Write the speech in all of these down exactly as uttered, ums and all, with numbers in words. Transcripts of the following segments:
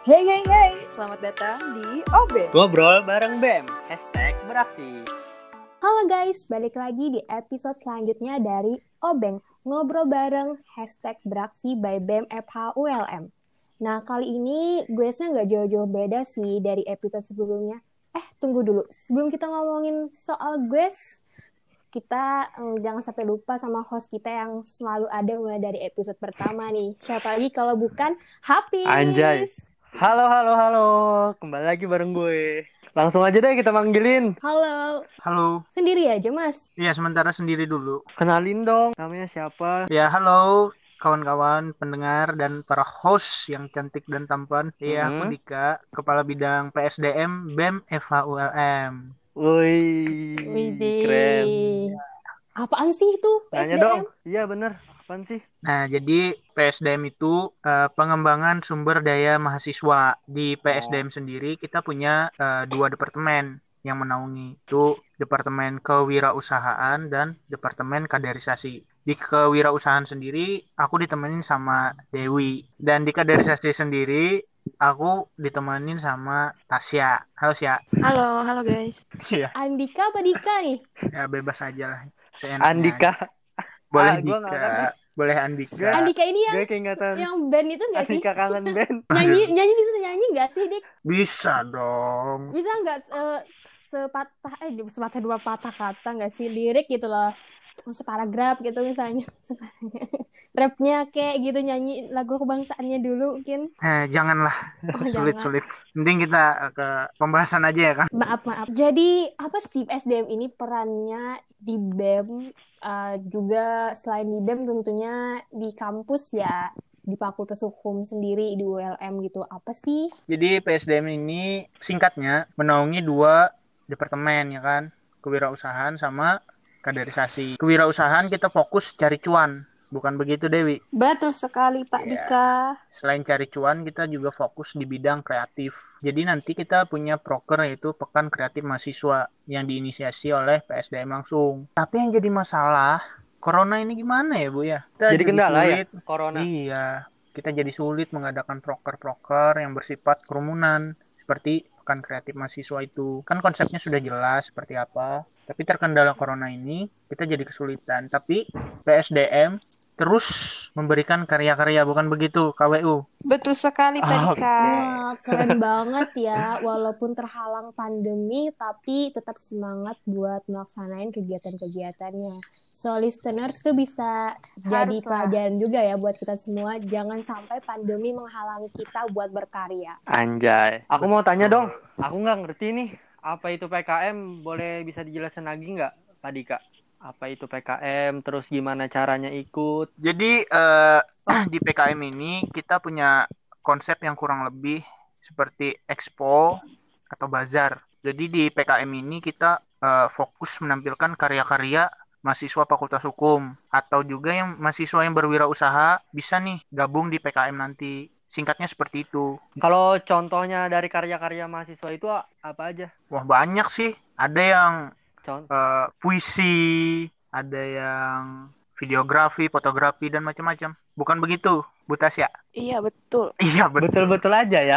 Hey hey hey, selamat datang di O B. Ngobrol bareng B E M, hashtag beraksi. Halo guys, balik lagi di episode selanjutnya dari Obeng, ngobrol bareng hashtag beraksi by B E M F H U L M. Nah, kali ini gue-nya nggak jauh-jauh beda sih dari episode sebelumnya. Eh, tunggu dulu. Sebelum kita ngomongin soal gue, kita eh, jangan sampai lupa sama host kita yang selalu ada mulai dari episode pertama nih. Siapa lagi kalau bukan Hafiz. Anjay. Halo, halo, halo. Kembali lagi bareng gue. Langsung aja deh kita manggilin. Halo. Halo. Sendiri aja, Mas? Iya, sementara sendiri dulu. Kenalin dong, namanya siapa? Ya, halo kawan-kawan pendengar dan para host yang cantik dan tampan. Iya, aku Hmm. Dika, Kepala Bidang P S D M B E M F H U L M. Wih, Widih. keren. Apaan sih itu P S D M? Tanya dong. Iya bener, apaan sih? Nah, jadi P S D M itu uh, pengembangan sumber daya mahasiswa. Di P S D M sendiri kita punya uh, dua departemen yang menaungi. Itu Departemen Kewirausahaan dan Departemen Kaderisasi. Di kewirausahaan sendiri aku ditemenin sama Dewi. Dan di kaderisasi sendiri aku ditemenin sama Tasya. Halo Sya. Halo, halo guys. Iya, Andika apa Dika nih? ya bebas aja lah. Seenaknya. Andika. Boleh Ah, gua nggak Dika. ngerti. Boleh Andika. Gue- Andika ini yang Gue keingatan yang band itu nggak sih? Andika kangen band. Nyanyi nyanyi bisa nyanyi nggak sih Dik? Bisa dong. Bisa nggak eh, sepatah eh sepatah dua patah kata nggak sih lirik gitu loh? Separagraf gitu misalnya. Rapnya kayak gitu nyanyi lagu kebangsaannya dulu mungkin. Eh, janganlah. Oh, jangan. Sulit-sulit. Mending kita ke pembahasan aja ya kan. Maaf maaf. Jadi apa sih S D M ini perannya di B E M eh, juga selain di B E M tentunya di kampus ya di Fakultas Hukum sendiri di U L M gitu. Apa sih? Jadi P S D M ini singkatnya menaungi dua departemen ya kan. Kewirausahaan sama kaderisasi. Kewirausahaan kita fokus cari cuan. Bukan begitu Dewi? Betul sekali Pak Iya. Dika. Selain cari cuan, kita juga fokus di bidang kreatif. Jadi nanti kita punya proker yaitu Pekan Kreatif Mahasiswa yang diinisiasi oleh P S D M langsung. Tapi yang jadi masalah, Corona ini gimana ya Bu ya? Kita Jadi kendala sulit. ya, Corona. Iya, kita jadi sulit mengadakan proker-proker yang bersifat kerumunan seperti Pekan Kreatif Mahasiswa itu. Kan konsepnya sudah jelas seperti apa. Tapi terkendala Corona ini, kita jadi kesulitan. Tapi P S D M terus memberikan karya-karya, bukan begitu K W U? Betul sekali Pak Oh, Dika. Wah, keren banget ya. Walaupun terhalang pandemi, tapi tetap semangat buat melaksanain kegiatan-kegiatannya. So, listeners tuh bisa jadi Haruslah. pelajaran juga ya buat kita semua. Jangan sampai pandemi menghalangi kita buat berkarya. Anjay. Aku mau tanya dong. Aku nggak ngerti nih. Apa itu P K M? Boleh bisa dijelaskan lagi nggak, Pak Dika? Apa itu P K M? Terus gimana caranya ikut? Jadi eh, di P K M ini kita punya konsep yang kurang lebih seperti expo atau bazar. Jadi di P K M ini kita eh, fokus menampilkan karya-karya mahasiswa Fakultas Hukum atau juga yang mahasiswa yang berwirausaha bisa nih gabung di P K M nanti. Singkatnya seperti itu. Kalau contohnya dari karya-karya mahasiswa itu a- apa aja? Wah, banyak sih. Ada yang Contoh. eh, puisi, ada yang videografi, fotografi dan macam-macam. Bukan begitu, Bu Tasya? Iya betul. Iya, betul. Betul-betul aja ya.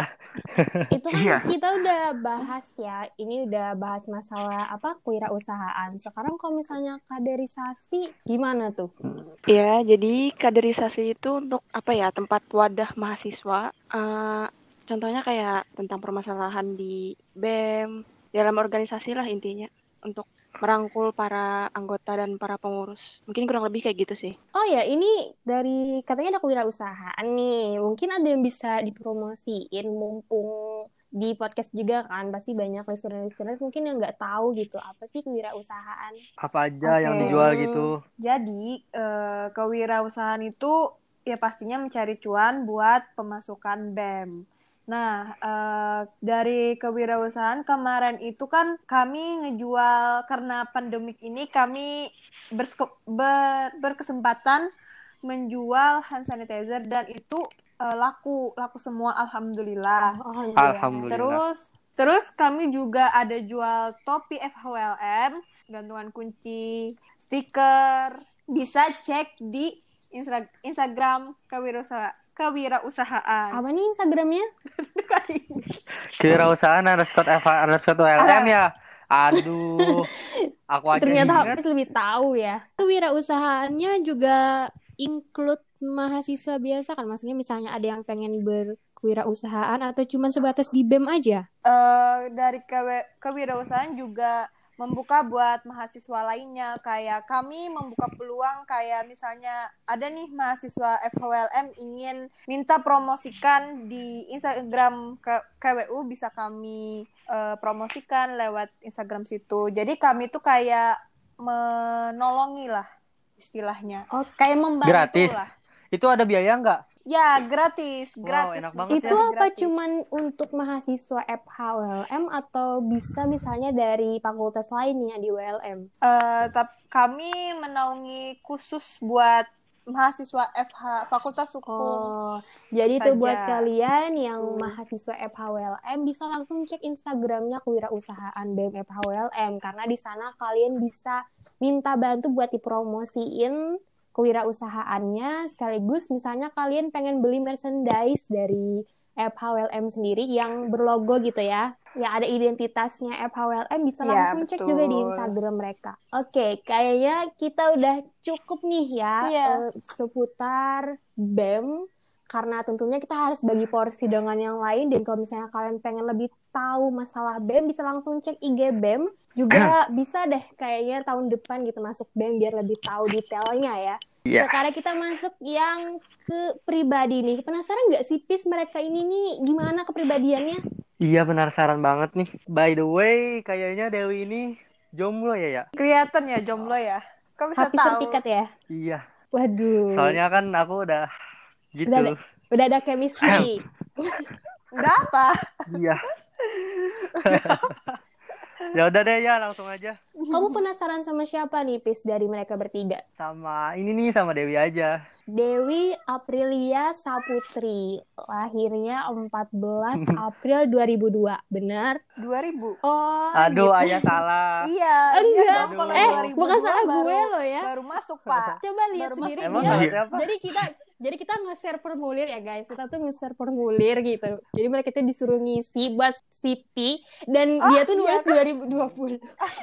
Itu kan Iya. kita udah bahas ya. Ini udah bahas masalah apa kewirausahaan. Sekarang kalau misalnya kaderisasi gimana tuh? Ya, jadi kaderisasi itu untuk apa ya? Tempat wadah mahasiswa. Eh, contohnya kayak tentang permasalahan di B E M, dalam organisasi lah intinya. Untuk merangkul para anggota dan para pengurus. Mungkin kurang lebih kayak gitu sih. Oh ya, ini dari katanya ada kewirausahaan nih. Mungkin ada yang bisa dipromosiin mumpung di podcast juga kan. Pasti banyak listener-listener mungkin yang nggak tahu gitu apa sih kewirausahaan. Apa aja yang Oke. dijual gitu. Jadi, eh, kewirausahaan itu ya pastinya mencari cuan buat pemasukan B E M. Nah, eh, dari kewirausahaan kemarin itu kan kami ngejual karena pandemik ini kami bersko- ber- berkesempatan menjual hand sanitizer dan itu eh, laku laku semua alhamdulillah. Oh, Alhamdulillah. Terus terus kami juga ada jual topi F H U L M, gantungan kunci, stiker. Bisa cek di Instra- Instagram kewirausahaan. Kewirausahaan. Apa nih Instagramnya? Kewirausahaan underscore F H underscore U L M ya. Aduh, aku aja Ternyata ingat. Hafiz lebih tahu ya. Kewirausahaannya juga include mahasiswa biasa kan? Maksudnya misalnya ada yang pengen berkewirausahaan atau cuma sebatas di B E M aja? Eh, dari kewe- kewirausahaan juga membuka buat mahasiswa lainnya, kayak kami membuka peluang kayak misalnya ada nih mahasiswa F H W L M ingin minta promosikan di Instagram ke K W U, bisa kami eh, promosikan lewat Instagram situ. Jadi kami tuh kayak menolongi lah istilahnya, Oh, kayak membantu Gratis. lah. Itu ada biaya nggak? Ya, gratis, Wow, gratis. enak banget itu ya. apa Gratis. cuman untuk mahasiswa F H W L M atau bisa misalnya dari fakultas lainnya di W L M? Eh, tap- kami menaungi khusus buat mahasiswa F H Fakultas Hukum. Oh, jadi itu saja. buat kalian yang Tuh. mahasiswa F H W L M bisa langsung cek Instagramnya Kewirausahaan B M F H W L M karena di sana kalian bisa minta bantu buat dipromosiin kewirausahaannya, sekaligus misalnya kalian pengen beli merchandise dari F H W L M sendiri yang berlogo gitu ya, yang ada identitasnya F H W L M, bisa Ya, langsung cek juga di betul. Instagram mereka. Oke, kayaknya kita udah cukup nih ya Iya. eh, seputar B E M, karena tentunya kita harus bagi porsi dengan yang lain, dan kalau misalnya kalian pengen lebih tahu masalah B E M bisa langsung cek I G B E M, juga bisa deh kayaknya tahun depan gitu masuk B E M biar lebih tahu detailnya ya. Iya. Sekarang kita masuk yang ke pribadi nih. Penasaran nggak sih, Pis, mereka ini nih gimana kepribadiannya? Iya, penasaran banget nih. By the way, kayaknya Dewi ini jomblo ya ya? Kelihatan ya jomblo ya. Kok bisa Hafiz tahu? sertifikat ya? Iya. Waduh. Soalnya kan aku udah gitu. Udah ada, udah ada chemistry. Nggak apa. Iya. Ya udah deh ya, langsung aja. Kamu penasaran sama siapa nih, Pis, dari mereka bertiga? Sama ini nih, sama Dewi aja. Dewi Aprilia Saputri, lahirnya empat belas April dua ribu dua, benar? dua ribu. Oh, Aduh, gitu. ayah salah. Iya. Enggak. iya dong, kalau Eh, dua ribu bukan dua salah baru, gue loh ya. Baru masuk, Pak. Coba lihat Baru sendiri. masuk. Emang Dia- nggak Iya. siapa? Jadi kita jadi kita nge-share formulir ya guys. Kita tuh nge-share formulir gitu. Jadi mereka tuh disuruh ngisi buat C P, dan Oh, dia tuh iya nulis dua ribu dua puluh.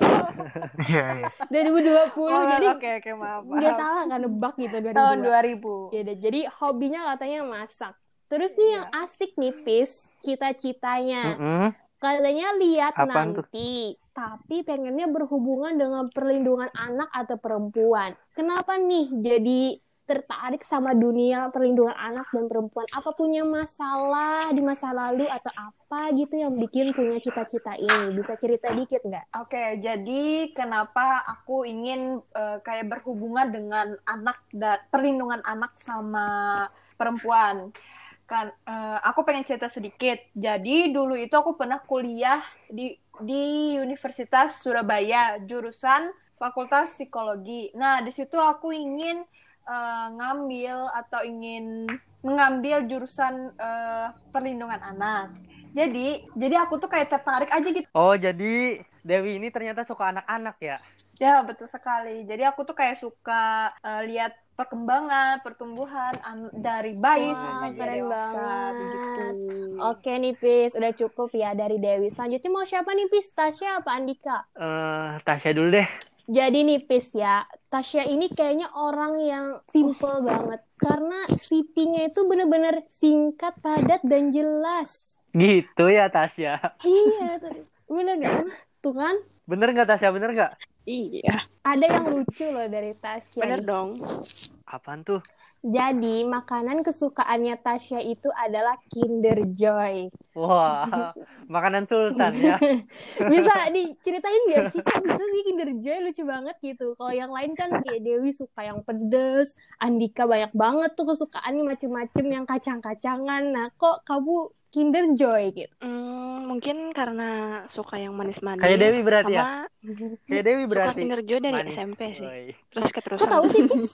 Iya, iya. dua ribu dua puluh. Oh, Jadi oke, oke, maaf. nggak maaf. salah kan, nebak gitu dua ribu Tahun dua. dua ribu. Ya udah, jadi hobinya katanya masak. Terus nih yang asik nih, Pis, cita-citanya. Mm-mm. Katanya lihat Apaan tuh? nanti, tapi pengennya berhubungan dengan perlindungan anak atau perempuan. Kenapa nih jadi tertarik sama dunia perlindungan anak dan perempuan? Apa punya masalah di masa lalu atau apa gitu yang bikin punya cita-cita ini? Bisa cerita dikit nggak? Oke, jadi kenapa aku ingin eh, kayak berhubungan dengan anak dan perlindungan anak sama perempuan? Kan eh, aku pengen cerita sedikit. Jadi dulu itu aku pernah kuliah di di Universitas Surabaya, jurusan Fakultas Psikologi. Nah, di situ aku ingin eh, ngambil atau ingin mengambil jurusan eh, perlindungan anak. Jadi, jadi aku tuh kayak tertarik aja gitu. Oh, jadi Dewi ini ternyata suka anak-anak ya? Ya, betul sekali. Jadi aku tuh kayak suka eh, lihat perkembangan, pertumbuhan an- dari bayi Wah, sampai dia keren dewasa banget. begitu. Oke nih, Pis, udah cukup ya dari Dewi. Selanjutnya mau siapa nih, Pis? Tasya apa Andika? Eh, Tasya dulu deh. Jadi nih, Pis ya, Tasya ini kayaknya orang yang simple banget. Karena C P-nya itu bener-bener singkat, padat, dan jelas. Gitu ya, Tasya. Iya, tuh. Bener gak? Tuh kan, Bener nggak, Tasya? Bener nggak? Iya, ada yang lucu loh dari Tasya. bener nih. dong. Apaan tuh? Jadi, makanan kesukaannya Tasya itu adalah Kinder Joy. Wah, makanan sultan ya. Bisa diceritain gak sih, kok bisa sih Kinder Joy lucu banget gitu? Kalau yang lain kan kayak Dewi suka yang pedes, Andika banyak banget tuh kesukaannya macem-macem yang kacang-kacangan. Nah, kok kamu Kinder Joy gitu? Hmm, mungkin karena suka yang manis-manis. Kayak Dewi berarti ya? sama Kayak Dewi suka berarti. Kinder Joy dari Manis. S M P sih. Woi. Terus Kok keterusan. tahu sih, Pis?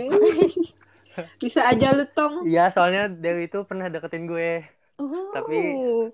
Bisa aja lu, Tong. Iya, soalnya Dewi itu pernah deketin gue. Oh. Tapi-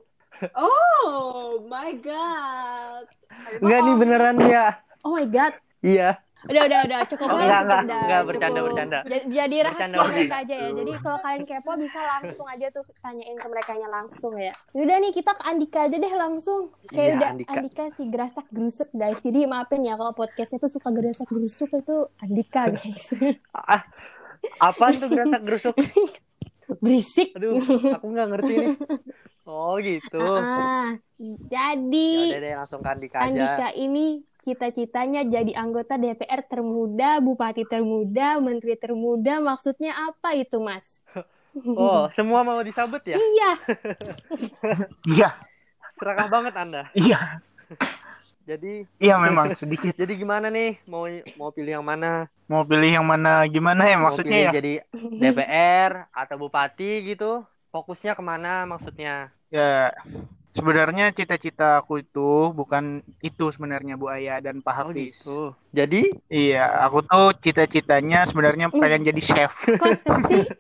Oh my god. Ayo, Enggak nih, bohong. beneran ya. Oh my God. Iya. Udah, udah, udah. Cukup Oh, lah, enggak, cukup enggak, dah. enggak, bercanda, Cukup. bercanda. Jadi, jadi rahasia Bercanda, mereka bercanda. aja ya. Jadi kalau kalian kepo bisa langsung aja tuh tanyain ke merekanya langsung ya. Udah nih, kita ke Andika aja deh langsung. Kayak Iya, udah Andika. Andika sih gerasak gerusuk guys. Jadi maafin ya kalau podcastnya tuh suka gerasak gerusuk itu Andika guys. Ah, apaan tuh gerasak gerusuk? Berisik. Aduh, aku nggak ngerti nih. Oh gitu. Ah, Ya jadi udah deh, langsung ke Andika aja. Andika ini cita-citanya jadi anggota D P R termuda, bupati termuda, menteri termuda. Maksudnya apa itu, Mas? Oh, semua mau disabet ya? Iya. Iya, Serakah banget Anda. iya, Jadi, iya memang sedikit. jadi gimana nih? Mau mau pilih yang mana? Mau pilih yang mana gimana ya Mau maksudnya pilih ya? jadi D P R atau bupati gitu? Fokusnya kemana maksudnya? Ya, sebenarnya cita-cita aku itu bukan itu sebenarnya Bu Aya dan Pak Oh Hafiz. gitu. Jadi, Iya, aku tuh cita-citanya sebenarnya pengen jadi chef. Kok sih?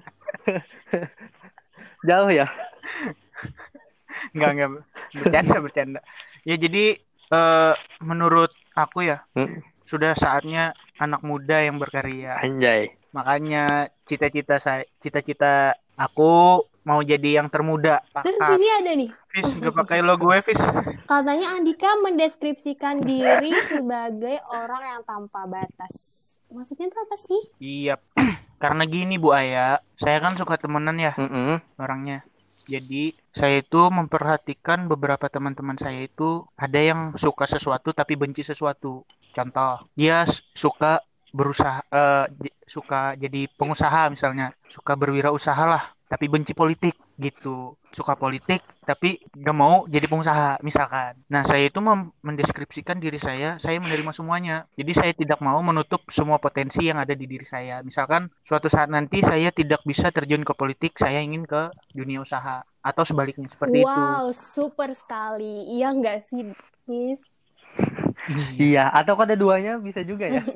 jauh ya? Enggak, enggak bercanda, bercanda. Ya jadi eh, menurut aku ya, Hmm, sudah saatnya anak muda yang berkarya. Anjay. Makanya cita-cita saya, cita-cita aku mau jadi yang termuda. Terus Pakas. ini ada nih. Fis, nggak pakai logo ya, Fis? Katanya Andika mendeskripsikan diri sebagai orang yang tanpa batas. Maksudnya itu apa sih? Iya, karena gini Bu Aya, saya kan suka temenan ya Mm-mm. orangnya. Jadi saya itu memperhatikan beberapa teman-teman saya itu ada yang suka sesuatu tapi benci sesuatu. Contoh, dia s- suka berusaha, eh, j- suka jadi pengusaha misalnya, suka berwirausaha lah, tapi benci politik gitu. Suka politik tapi gak mau jadi pengusaha misalkan. Nah saya itu mem- mendeskripsikan diri saya, saya menerima semuanya. Jadi saya tidak mau menutup semua potensi yang ada di diri saya. Misalkan suatu saat nanti saya tidak bisa terjun ke politik, saya ingin ke dunia usaha atau sebaliknya seperti itu. Wow, super sekali. Iya nggak sih, Miss? Iya, atau kode duanya bisa juga ya.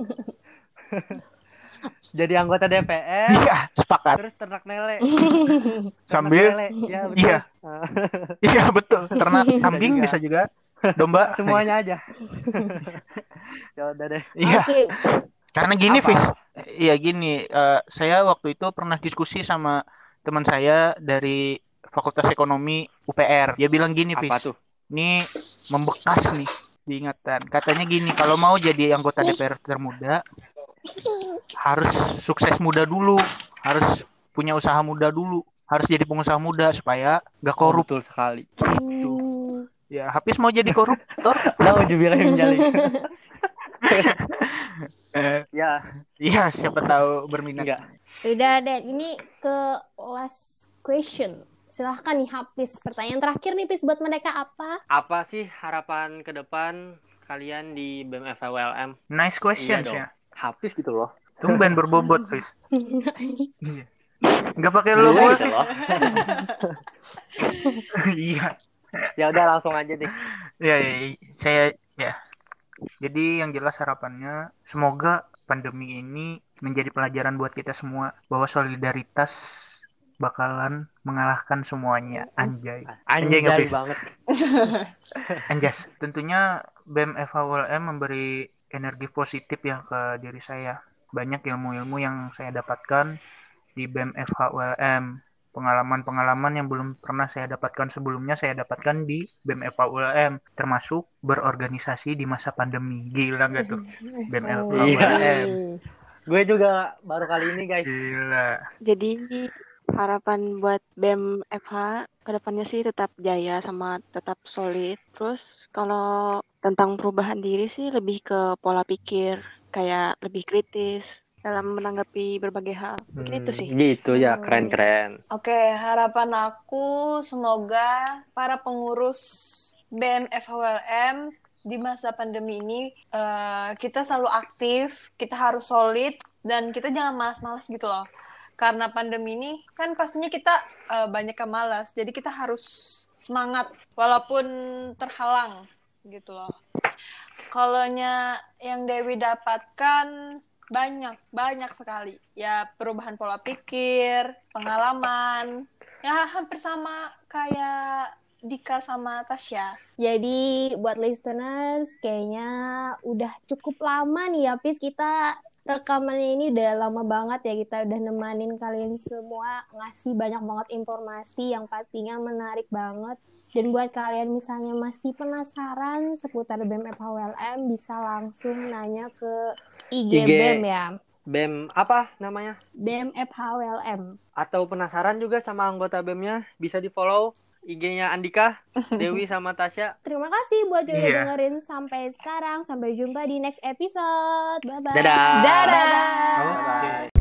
Jadi anggota D P R, Iya, sepakat. terus ternak lele. Ternak Sambil lele. Ya, betul. Iya. Iya betul. Ternak Bisa kambing juga. bisa juga. Domba. Semuanya aja. Ya udah deh. Iya. Oke, Karena gini, Apa? Fis. Iya gini. eh, saya waktu itu pernah diskusi sama teman saya dari Fakultas Ekonomi U P R. Dia bilang gini, Apa Fis. tuh? Ini membekas nih diingatan. Katanya gini, kalau mau jadi anggota D P R termuda harus sukses muda dulu, harus punya usaha muda dulu, harus jadi pengusaha muda supaya gak Oh, korup. betul sekali. Gitu. hmm, Ya, Hafiz mau jadi koruptor? Nauzubillahi min dzalik. Eh, Ya, iya, siapa tahu berminat. enggak. udah deh. Ini ke last question. Silahkan nih Hafiz. Pertanyaan terakhir nih, Hafiz, buat mereka apa? Apa sih harapan ke depan kalian di B M F H U L M? Nice questions Iya dong. ya. Habis gitu loh. Tumben berbobot, Fis. Iya. Nggak pakai logo, Iya gitu Fis. loh. Iya. Ya udah langsung aja deh. Ya, ya, ya. Saya ya. Jadi yang jelas harapannya semoga pandemi ini menjadi pelajaran buat kita semua bahwa solidaritas bakalan mengalahkan semuanya. Anjay. Anjay nggak, Anjay Fis? banget. Anjas. Tentunya B M F H U L M memberi energi positif ya ke diri saya. Banyak ilmu-ilmu yang saya dapatkan di B M F H U L M. Pengalaman-pengalaman yang belum pernah saya dapatkan sebelumnya saya dapatkan di B M F H U L M, termasuk berorganisasi di masa pandemi. Gila nggak tuh? B M F H U L M. Gue juga baru kali ini guys. Gila. Jadi harapan buat B E M F H kedepannya sih tetap jaya sama tetap solid. Terus kalau tentang perubahan diri sih lebih ke pola pikir, kayak lebih kritis dalam menanggapi berbagai hal. Mungkin itu sih. Gitu ya, keren-keren. Oke, harapan aku semoga para pengurus B M F H U L M di masa pandemi ini eh, kita selalu aktif, kita harus solid, dan kita jangan malas-malas gitu loh. Karena pandemi ini kan pastinya kita eh, banyak yang malas, jadi kita harus semangat walaupun terhalang gitu loh. Kalonya yang Dewi dapatkan banyak, banyak sekali. Ya perubahan pola pikir, pengalaman, ya hampir sama kayak Dika sama Tasya. Jadi buat listeners, kayaknya udah cukup lama nih ya, Pis. Kita rekamannya ini udah lama banget ya. Kita udah nemanin kalian semua, ngasih banyak banget informasi yang pastinya menarik banget. Dan buat kalian misalnya masih penasaran seputar B M F H U L M, bisa langsung nanya ke I G, I G B E M ya. B E M apa namanya? B M F H U L M. Atau penasaran juga sama anggota B E M-nya, bisa di-follow I G-nya Andika, Dewi sama Tasya. Terima kasih buat yang udah Iya. dengerin sampai sekarang. Sampai jumpa di next episode. Bye-bye. Dadah. Dadah. Oke.